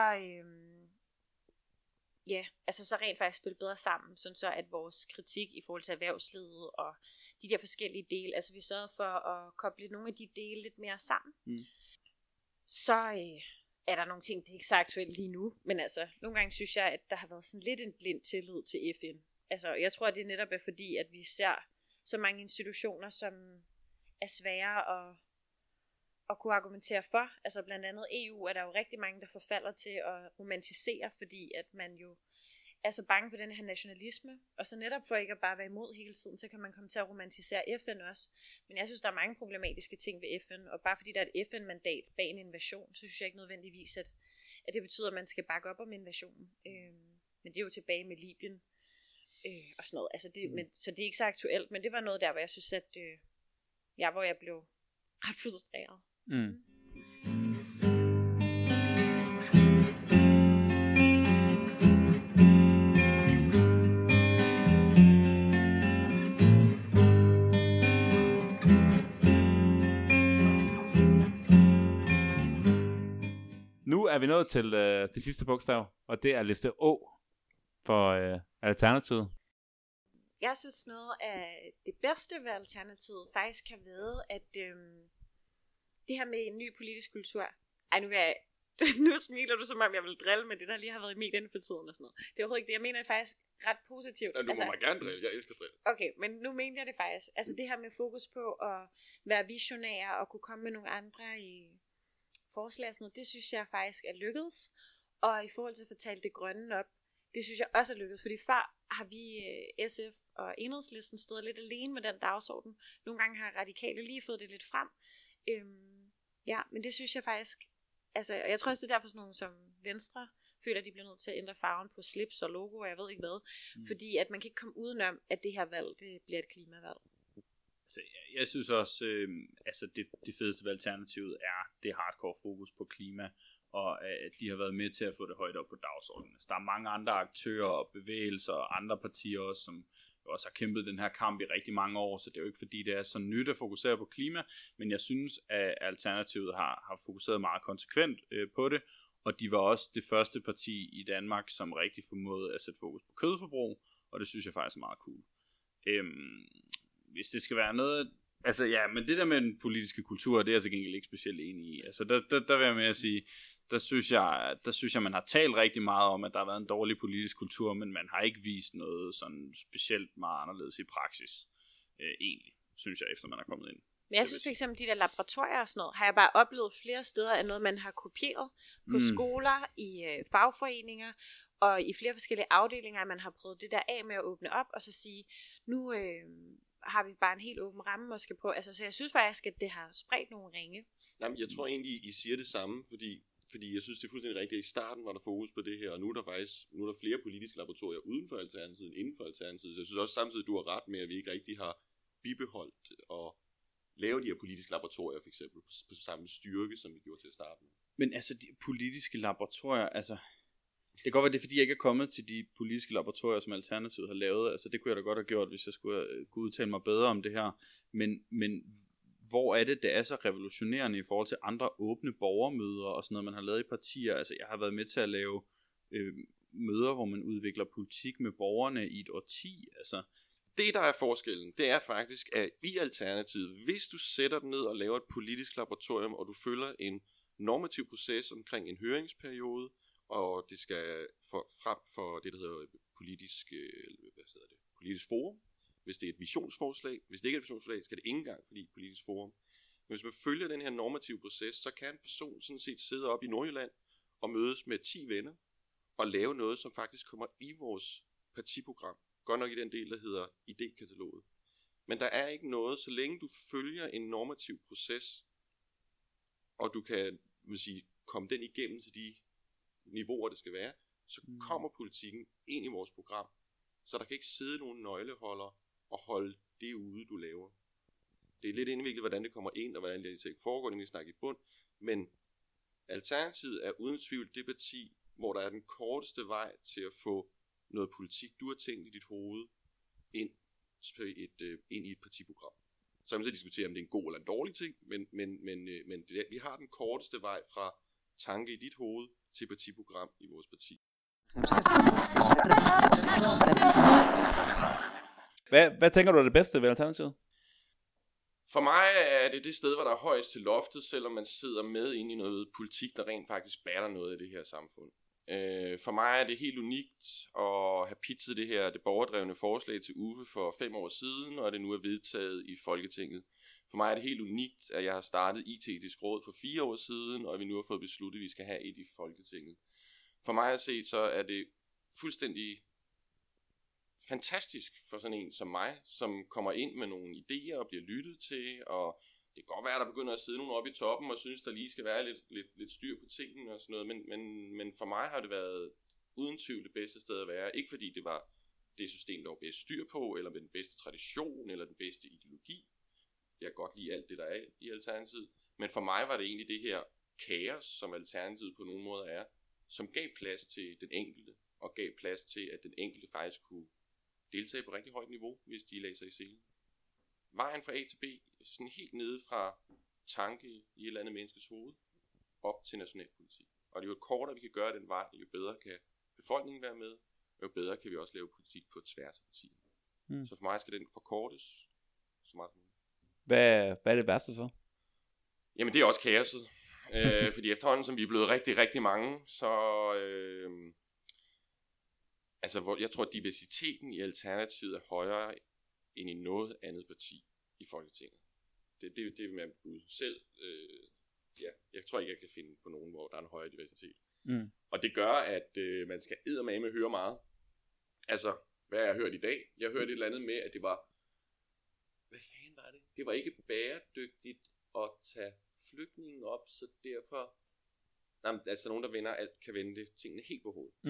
E: så rent faktisk spille bedre sammen, sådan så at vores kritik i forhold til erhvervslivet og de der forskellige dele, altså vi sørger for at koble nogle af de dele lidt mere sammen. Så er der nogle ting, det er ikke så aktuelt lige nu, men altså nogle gange synes jeg, at der har været sådan lidt en blind tillid til FN. Altså jeg tror, at det netop er fordi, at vi ser så mange institutioner, som er svære at kunne argumentere for. Altså blandt andet EU er der jo rigtig mange, der forfalder til at romantisere, fordi at man jo er så bange for den her nationalisme, og så netop for ikke at bare være imod hele tiden, så kan man komme til at romantisere FN også. Men jeg synes, der er mange problematiske ting ved FN, og bare fordi der er et FN-mandat bag en invasion, så synes jeg ikke nødvendigvis, at det betyder, at man skal bakke op om invasionen. Men det er jo tilbage med Libyen og sådan noget. Altså så det er ikke så aktuelt, men det var noget der, hvor jeg synes, at hvor jeg blev ret frustreret.
B: Mm. Nu er vi nået til det sidste bogstav, og det er liste Å for Alternativet.
E: Jeg synes noget af det bedste ved Alternativet faktisk kan være, at det her med en ny politisk kultur. Nu smiler du, som om jeg vil drille med det, der lige har været i medierne for tiden og sådan noget. Det er overhovedet ikke det. Jeg mener det faktisk ret positivt.
D: Ja, du må mig gerne drille. Jeg elsker drille.
E: Okay, men nu mener jeg det faktisk. Altså det her med fokus på at være visionær og kunne komme med nogle andre i forslag og sådan noget, det synes jeg faktisk er lykkedes. Og i forhold til at få talt det grønne op, det synes jeg også er lykkedes. Fordi før har vi SF og Enhedslisten stået lidt alene med den dagsorden. Nogle gange har radikale lige fået det lidt frem. Men det synes jeg faktisk. Altså, jeg tror også, det er derfor sådan nogle som Venstre føler, at de bliver nødt til at ændre farven på slips og logo, og jeg ved ikke hvad. Fordi at man kan ikke komme udenom, at det her valg, det bliver et klimavalg.
C: Altså, jeg synes også, det fedeste ved Alternativet er det hardcore fokus på klima, og at de har været med til at få det højt op på dagsordenen. Altså, der er mange andre aktører og bevægelser og andre partier også, som også har kæmpet den her kamp i rigtig mange år, så det er jo ikke fordi, det er så nyt at fokusere på klima, men jeg synes, at Alternativet har fokuseret meget konsekvent på det, og de var også det første parti i Danmark, som rigtig formåede at sætte fokus på kødforbrug, og det synes jeg faktisk er meget cool. Hvis det skal være noget. Altså ja, men det der med den politiske kultur, det er jeg så gengæld ikke specielt enig i. Altså der vil jeg med at sige, der synes jeg, man har talt rigtig meget om, at der har været en dårlig politisk kultur, men man har ikke vist noget sådan specielt meget anderledes i praksis. Egentlig, synes jeg, efter man er kommet ind.
E: Men jeg synes for eksempel, de der laboratorier og sådan noget, har jeg bare oplevet flere steder, af noget, man har kopieret på skoler, i fagforeninger, og i flere forskellige afdelinger, at man har prøvet det der af med at åbne op, og så sige, nu har vi bare en helt åben ramme og skal prøve. Altså, så jeg synes faktisk, at det har spredt nogle ringe.
D: Jamen, jeg tror egentlig, I siger det samme, fordi jeg synes, det er fuldstændig rigtigt. I starten var der fokus på det her, og nu er der flere politiske laboratorier uden for Alternativet end inden for Alternativet. Så jeg synes også samtidig, du har ret med, at vi ikke rigtig har bibeholdt og lave de her politiske laboratorier, for eksempel, på samme styrke, som vi gjorde til at starte med.
C: Men altså, de politiske laboratorier, altså, det kan godt være, det er fordi, jeg ikke er kommet til de politiske laboratorier, som Alternativet har lavet. Altså, det kunne jeg da godt have gjort, hvis jeg skulle udtale mig bedre om det her. Men hvor er det er så revolutionerende i forhold til andre åbne borgermøder og sådan noget, man har lavet i partier? Altså, jeg har været med til at lave møder, hvor man udvikler politik med borgerne i et årti. Altså,
D: det, der er forskellen, det er faktisk, at i Alternativet, hvis du sætter dig ned og laver et politisk laboratorium, og du følger en normativ proces omkring en høringsperiode, og det skal frem for det, der hedder politisk forum. Hvis det er et visionsforslag, hvis det ikke er et visionsforslag, skal det ikke engang fordi politisk forum. Men hvis man følger den her normative proces, så kan en person sådan set sidde op i Nordjylland og mødes med 10 venner og lave noget, som faktisk kommer i vores partiprogram. Godt nok i den del, der hedder idékataloget. Men der er ikke noget, så længe du følger en normativ proces, og du kan komme den igennem til de niveauer, det skal være, så kommer politikken ind i vores program. Så der kan ikke sidde nogen nøgleholder og holde det ude, du laver. Det er lidt indviklet, hvordan det kommer ind, og hvordan det ikke foregår, det vi snakker i bund. Men Alternativet er uden tvivl det parti, hvor der er den korteste vej til at få noget politik, du har tænkt i dit hoved, ind i et partiprogram. Så kan man så diskutere, om det er en god eller en dårlig ting, men vi har den korteste vej fra tanke i dit hoved til partiprogram i vores parti.
B: Hvad tænker du er det bedste ved Alternativet?
D: For mig er det sted, hvor der er højst til loftet, selvom man sidder med ind i noget politik, der rent faktisk batter noget af det her samfund. For mig er det helt unikt at have pitchet det borgerdrevne forslag til Uffe for 5 år siden, og det nu er vedtaget i Folketinget. For mig er det helt unikt, at jeg har startet IT-etisk råd for 4 år siden, og vi nu har fået besluttet, at vi skal have et i Folketinget. For mig at se, så er det fuldstændig fantastisk for sådan en som mig, som kommer ind med nogle idéer og bliver lyttet til, og det kan godt være, at der begynder at sidde nogen oppe i toppen og synes, der lige skal være lidt styr på tingene og sådan noget, men for mig har det været uden tvivl det bedste sted at være. Ikke fordi det var det system, der var bedst styr på, eller med den bedste tradition, eller den bedste ideologi. Jeg kan godt lide alt det, der er i Alternativet. Men for mig var det egentlig det her kaos, som Alternativet på nogle måder er, som gav plads til den enkelte, og gav plads til, at den enkelte faktisk kunne deltage på rigtig højt niveau, hvis de lagde sig i selen. Vejen fra A til B, sådan helt nede fra tanke i et eller andet menneskes hoved, op til nationalpolitik. Og jo kortere vi kan gøre den vej, jo bedre kan befolkningen være med, og jo bedre kan vi også lave politik på tværs af partier. Så for mig skal den forkortes så meget som muligt.
B: Hvad er det værste så?
D: Jamen det er også kaoset. Fordi efterhånden, som vi er blevet rigtig, rigtig mange, så jeg tror, at diversiteten i Alternativet er højere end i noget andet parti i Folketinget. Det er med bud selv. Jeg tror ikke, jeg kan finde på nogen, hvor der er en højere diversitet. Og det gør, at man skal eddermame høre meget. Altså, hvad jeg har hørt i dag? Jeg har hørt et eller andet med, at det var... Hvad fanden var det? Det var ikke bæredygtigt at tage flygtningen op, så derfor... Altså, nogen, der vinder alt, kan vende tingene helt på hovedet.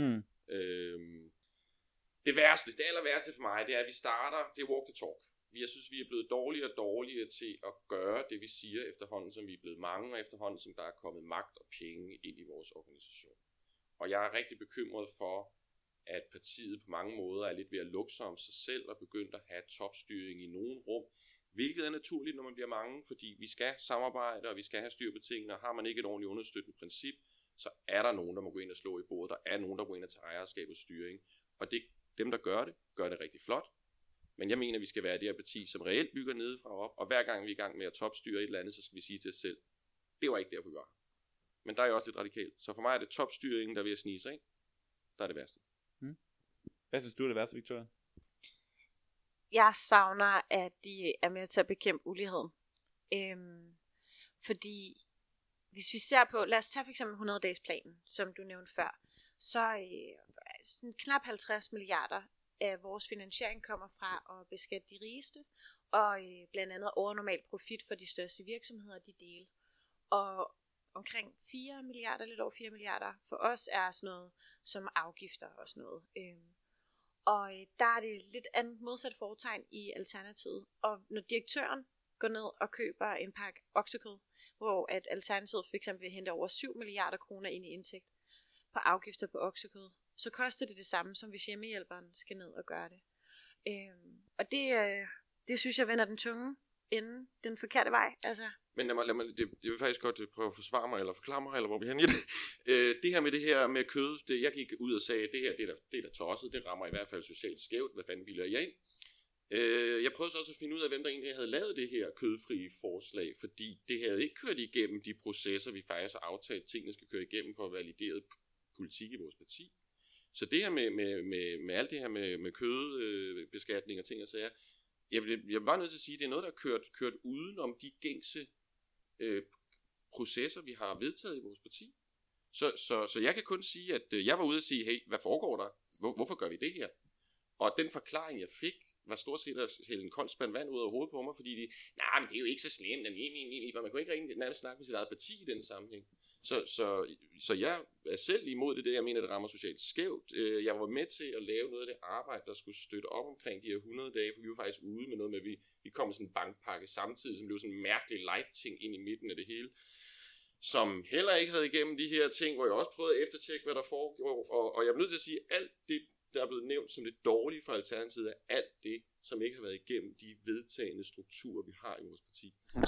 D: Det aller værste for mig, det er, at vi starter, det er walk the talk. Jeg synes, vi er blevet dårligere og dårligere til at gøre det, vi siger efterhånden, som vi er blevet mange, og efterhånden, som der er kommet magt og penge ind i vores organisation. Og jeg er rigtig bekymret for, at partiet på mange måder er lidt ved at lukke sig om sig selv og begyndt at have topstyring i nogle rum, hvilket er naturligt, når man bliver mange, fordi vi skal samarbejde, og vi skal have styr på tingene, og har man ikke et ordentligt understøttende princip, så er der nogen, der må gå ind og slå i bordet, der er nogen, der går ind og tager ejerskab og styring, og dem, der gør det rigtig flot. Men jeg mener, vi skal være det her parti, som reelt bygger nedefra op, og hver gang vi er i gang med at topstyre et eller andet, så skal vi sige til os selv, det var ikke derfor, vi var. Men der er jo også lidt radikalt. Så for mig er det topstyringen, der er ved at snige sig ind. Der er det værste.
B: Hvad synes du er det værste, Victoria?
E: Jeg savner, at de er med til at bekæmpe uligheden. Fordi hvis vi ser på, lad os tage for eksempel 100-dages-planen, som du nævnte før, så sådan knap 50 milliarder af vores finansiering kommer fra at beskatte de rigeste, og blandt andet overnormal profit for de største virksomheder, de dele. Og omkring 4 milliarder, lidt over 4 milliarder, for os er sådan noget som afgifter og sådan noget. Og der er det lidt andet modsat foretegn i Alternativet. Og når direktøren går ned og køber en pakke oksekød, hvor at Alternativet for eksempel vil hente over 7 milliarder kroner ind i indtægt på afgifter på oksekød, så koster det samme, som hvis hjemmehjælperen skal ned og gøre det. Og det synes jeg vender den tunge ende den forkerte vej. Altså.
D: Men lad mig det vil faktisk godt prøve at forsvare mig, eller forklare mig, eller hvor vi hen i det. Det her med kød, jeg gik ud og sagde, det her, det er da tosset, det rammer i hvert fald socialt skævt, hvad fanden bilder jeg ind? Jeg prøvede så også at finde ud af, hvem der egentlig havde lavet det her kødfrie forslag, fordi det havde ikke kørt igennem de processer, vi faktisk har aftalt, tingene skal køre igennem for at validere politik i vores parti. Så det her med alt det her med kødbeskatning og ting og sager, jeg var nødt til at sige, at det er noget, der er kørt uden om de gængse processer, vi har vedtaget i vores parti. Så jeg kan kun sige, at jeg var ude og sige, hey, hvad foregår der? Hvorfor gør vi det her? Og den forklaring, jeg fik, var stort set at hælde en kold spand vand ud af hovedet på mig, fordi men det er jo ikke så slemt, man kunne ikke rigtig snakke med sit eget parti i den sammenhæng. Så jeg er selv imod det, jeg mener, det rammer socialt skævt. Jeg var med til at lave noget af det arbejde, der skulle støtte op omkring de her 100 dage, for vi var faktisk ude med noget med, at vi kom med sådan en bankpakke samtidig, som blev sådan en mærkelig light ting ind i midten af det hele, som heller ikke havde igennem de her ting, hvor jeg også prøvede at eftertjekke, hvad der foregår, og jeg er nødt til at sige, at alt det, der er blevet nævnt som det dårlige for Alternativet, er alt det, som ikke har været igennem de vedtagende strukturer, vi har i vores parti.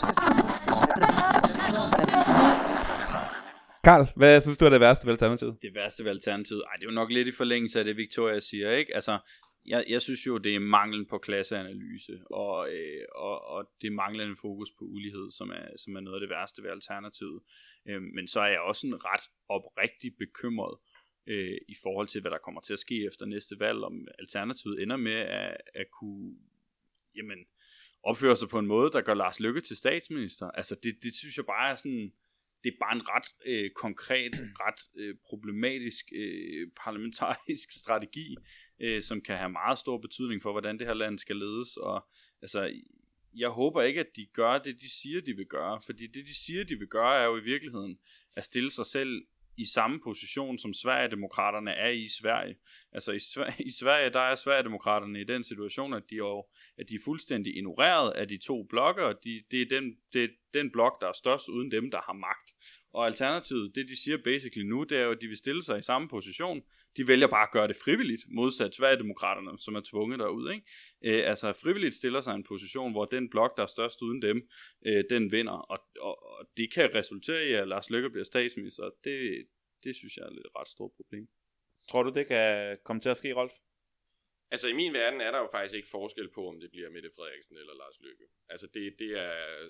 B: Karl, hvad synes du er det værste ved Alternativet?
C: Det værste ved Alternativet? Det er jo nok lidt i forlængelse af det, Victoria siger, ikke? Altså, jeg synes jo, det er manglen på klasseanalyse, og det manglende fokus på ulighed, som er noget af det værste ved Alternativet. Men så er jeg også en ret oprigtig bekymret i forhold til, hvad der kommer til at ske efter næste valg, om Alternativet ender med at kunne jamen, opfører sig på en måde, der gør Lars Løkke til statsminister. Altså det synes jeg bare er sådan, det er bare en ret konkret, ret problematisk parlamentarisk strategi, som kan have meget stor betydning for, hvordan det her land skal ledes. Og altså, jeg håber ikke, at de gør det, de siger, de vil gøre. Fordi det, de siger, de vil gøre, er jo i virkeligheden at stille sig selv i samme position, som Sverigedemokraterne er i Sverige. Altså i Sverige, der er Sverigedemokraterne i den situation, at de er fuldstændig ignoreret af de to blokke, og det er den blok, der er størst uden dem, der har magt. Og alternativet, det de siger basically nu, det er jo, at de vil stille sig i samme position. De vælger bare at gøre det frivilligt, modsat Sverigedemokraterne, som er tvunget derud, ikke? Altså frivilligt stiller sig i en position, hvor den blok, der er størst uden dem, den vinder. Og det kan resultere i, at Lars Løkke bliver statsminister. Det synes jeg er et ret stort problem.
B: Tror du, det kan komme til at ske, Rolf?
D: Altså i min verden er der jo faktisk ikke forskel på, om det bliver Mette Frederiksen eller Lars Løkke. Altså det er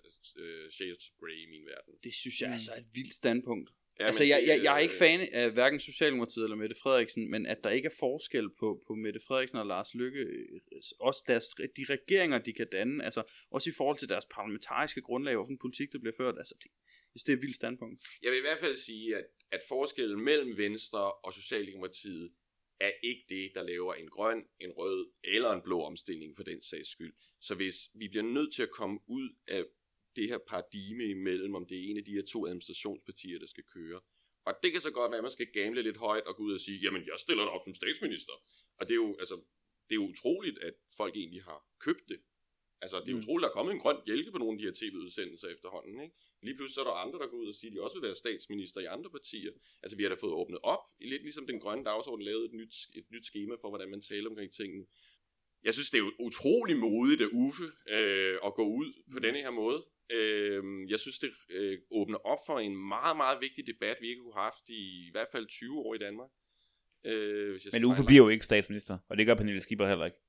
D: shades of grey i min verden.
C: Det synes jeg altså er et vildt standpunkt.
D: Ja,
C: altså jeg er ikke fan af hverken Socialdemokratiet eller Mette Frederiksen, men at der ikke er forskel på Mette Frederiksen og Lars Løkke, også de regeringer, de kan danne, altså også i forhold til deres parlamentariske grundlag, hvorfor en politik, der bliver ført, altså det er et vildt standpunkt.
D: Jeg vil i hvert fald sige, at forskellen mellem Venstre og Socialdemokratiet er ikke det, der laver en grøn, en rød eller en blå omstilling for den sags skyld. Så hvis vi bliver nødt til at komme ud af det her paradigme imellem, om det er en af de her to administrationspartier, der skal køre. Og det kan så godt være, at man skal gamble lidt højt og gå ud og sige, jamen jeg stiller dig op som statsminister. Og det er jo utroligt, at folk egentlig har købt det. Altså det er utroligt, at der er kommet en grøn bjælke på nogle af de her tv-udsendelser efterhånden, ikke? Lige pludselig så er der andre, der går ud og siger, at de også vil være statsminister i andre partier. Altså vi har da fået åbnet op, lidt ligesom den grønne dagsorden lavede et nyt skema for, hvordan man taler omkring tingene. Jeg synes, det er utrolig modigt af Uffe at gå ud på denne her måde. Jeg synes, det åbner op for en meget, meget vigtig debat, vi ikke har haft i hvert fald 20 år i Danmark.
B: Men Uffe bliver jo ikke statsminister, og det gør Pernille Skipper heller ikke.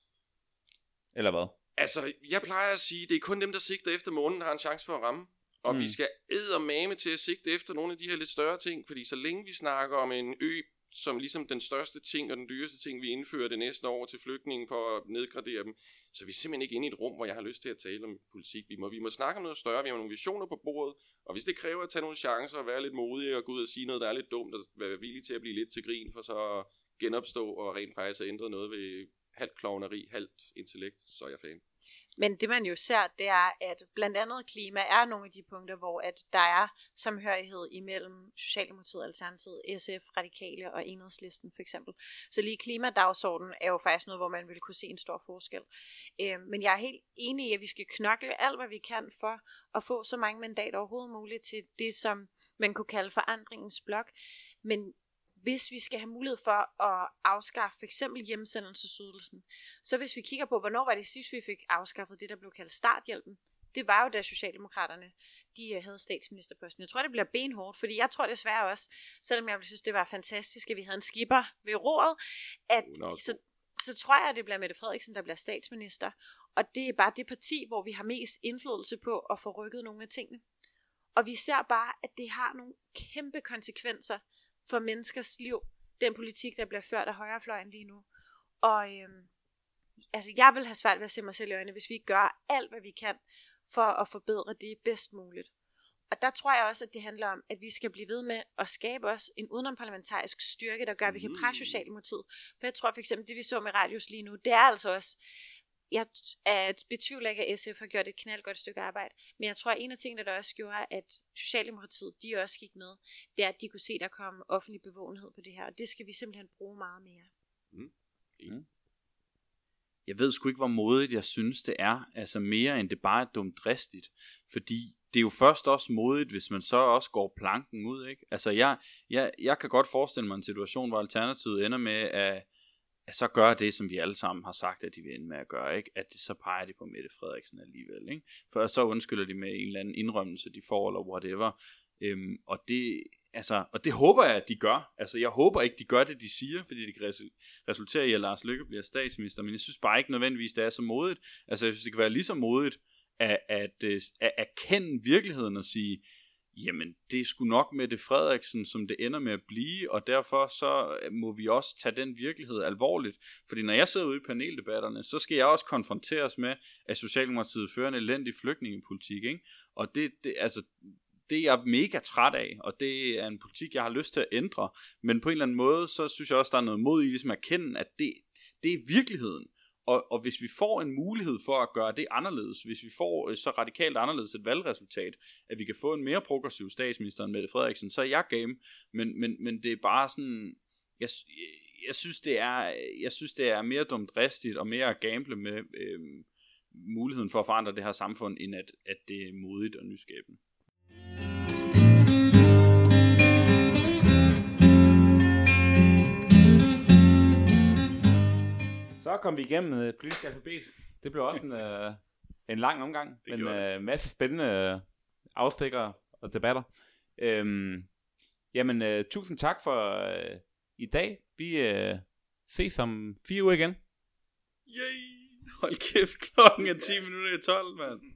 B: Eller hvad?
D: Altså, jeg plejer at sige, det er kun dem, der sigter efter månen, der har en chance for at ramme. Og vi skal eddermame til at sigte efter nogle af de her lidt større ting, fordi så længe vi snakker om en ø, som ligesom den største ting og den dyreste ting, vi indfører det næste år til flygtninge for at nedgradere dem, så er vi simpelthen ikke inde i et rum, hvor jeg har lyst til at tale om politik. Vi må snakke om noget større, vi har nogle visioner på bordet, og hvis det kræver at tage nogle chancer og være lidt modige og gå ud og sige noget, der er lidt dumt, og være villig til at blive lidt til grin, for så at genopstå og rent faktisk at ændre noget ved halvt klovneri, halvt intellekt, så er jeg fan.
E: Men det man jo ser, det er, at blandt andet klima er nogle af de punkter, hvor at der er samhørighed imellem Socialdemokratiet, Alternativet, SF, Radikale og Enhedslisten for eksempel. Så lige klimadagsordenen er jo faktisk noget, hvor man vil kunne se en stor forskel. Men jeg er helt enig i, at vi skal knokle alt, hvad vi kan for at få så mange mandater overhovedet muligt til det, som man kunne kalde forandringens blok. Men hvis vi skal have mulighed for at afskaffe for eksempel hjemsendelsesydelsen, så hvis vi kigger på, hvornår var det sidst, vi fik afskaffet det, der blev kaldt starthjælpen, det var jo da Socialdemokraterne, de havde statsministerposten. Jeg tror, det bliver benhårdt, fordi jeg tror desværre også, selvom jeg synes, det var fantastisk, at vi havde en skipper ved roret, at så tror jeg, at det bliver Mette Frederiksen, der bliver statsminister. Og det er bare det parti, hvor vi har mest indflydelse på at få rykket nogle af tingene. Og vi ser bare, at det har nogle kæmpe konsekvenser for menneskers liv, den politik, der bliver ført af højrefløjen lige nu. Og altså, jeg vil have svært ved at se mig selv i øjnene, hvis vi ikke gør alt, hvad vi kan, for at forbedre det bedst muligt. Og der tror jeg også, at det handler om, at vi skal blive ved med at skabe os en udenomparlamentarisk styrke, der gør, at vi kan presse Socialdemokratiet. For jeg tror for eksempel, det vi så med Radius lige nu, det er altså også, jeg betvivler ikke, at SF har gjort et knaldgodt stykke arbejde, men jeg tror, at en af tingene, der også gjorde, at Socialdemokratiet, de også gik med, det er, at de kunne se, der kom offentlig bevågenhed på det her, og det skal vi simpelthen bruge meget mere.
C: Jeg ved sgu ikke, hvor modigt jeg synes, det er, altså mere end det bare er dumt dristigt, fordi det er jo først også modigt, hvis man så også går planken ud, ikke? Altså jeg kan godt forestille mig en situation, hvor Alternativet ender med at så gør det, som vi alle sammen har sagt, at de vil ende med at gøre, ikke? At så peger de på Mette Frederiksen alligevel, ikke? For så undskylder de med en eller anden indrømmelse, de får, eller whatever. Og det håber jeg, at de gør. Altså, jeg håber ikke, de gør det, de siger, fordi det kan resultere i, at Lars Løkke bliver statsminister, men jeg synes bare ikke nødvendigvis, det er så modigt. Altså, jeg synes, det kan være lige så modigt at erkende virkeligheden og sige, jamen det er sgu nok Mette Frederiksen, som det ender med at blive, og derfor så må vi også tage den virkelighed alvorligt. Fordi når jeg sidder ude i paneldebatterne, så skal jeg også konfronteres med, at Socialdemokratiet fører en elendig flygtningepolitik, ikke? Og det er jeg mega træt af, og det er en politik, jeg har lyst til at ændre. Men på en eller anden måde, så synes jeg også, der er noget mod i ligesom at erkende, at det er virkeligheden. Og hvis vi får en mulighed for at gøre det anderledes, hvis vi får så radikalt anderledes et valgresultat, at vi kan få en mere progressiv statsminister end Mette Frederiksen, så er jeg game. Men det er bare sådan, jeg synes det er mere dumdristigt og mere at gamble med muligheden for at forandre det her samfund, end at det er modigt og nyskabende.
B: Så kom vi igennem et politisk alfabet. Det blev også en lang omgang, men en masse spændende afstikker og debatter. Tusind tak for i dag. Vi ses om 4 uger igen.
C: Yay! Hold kæft, klokken er 10 minutter i 12, mand.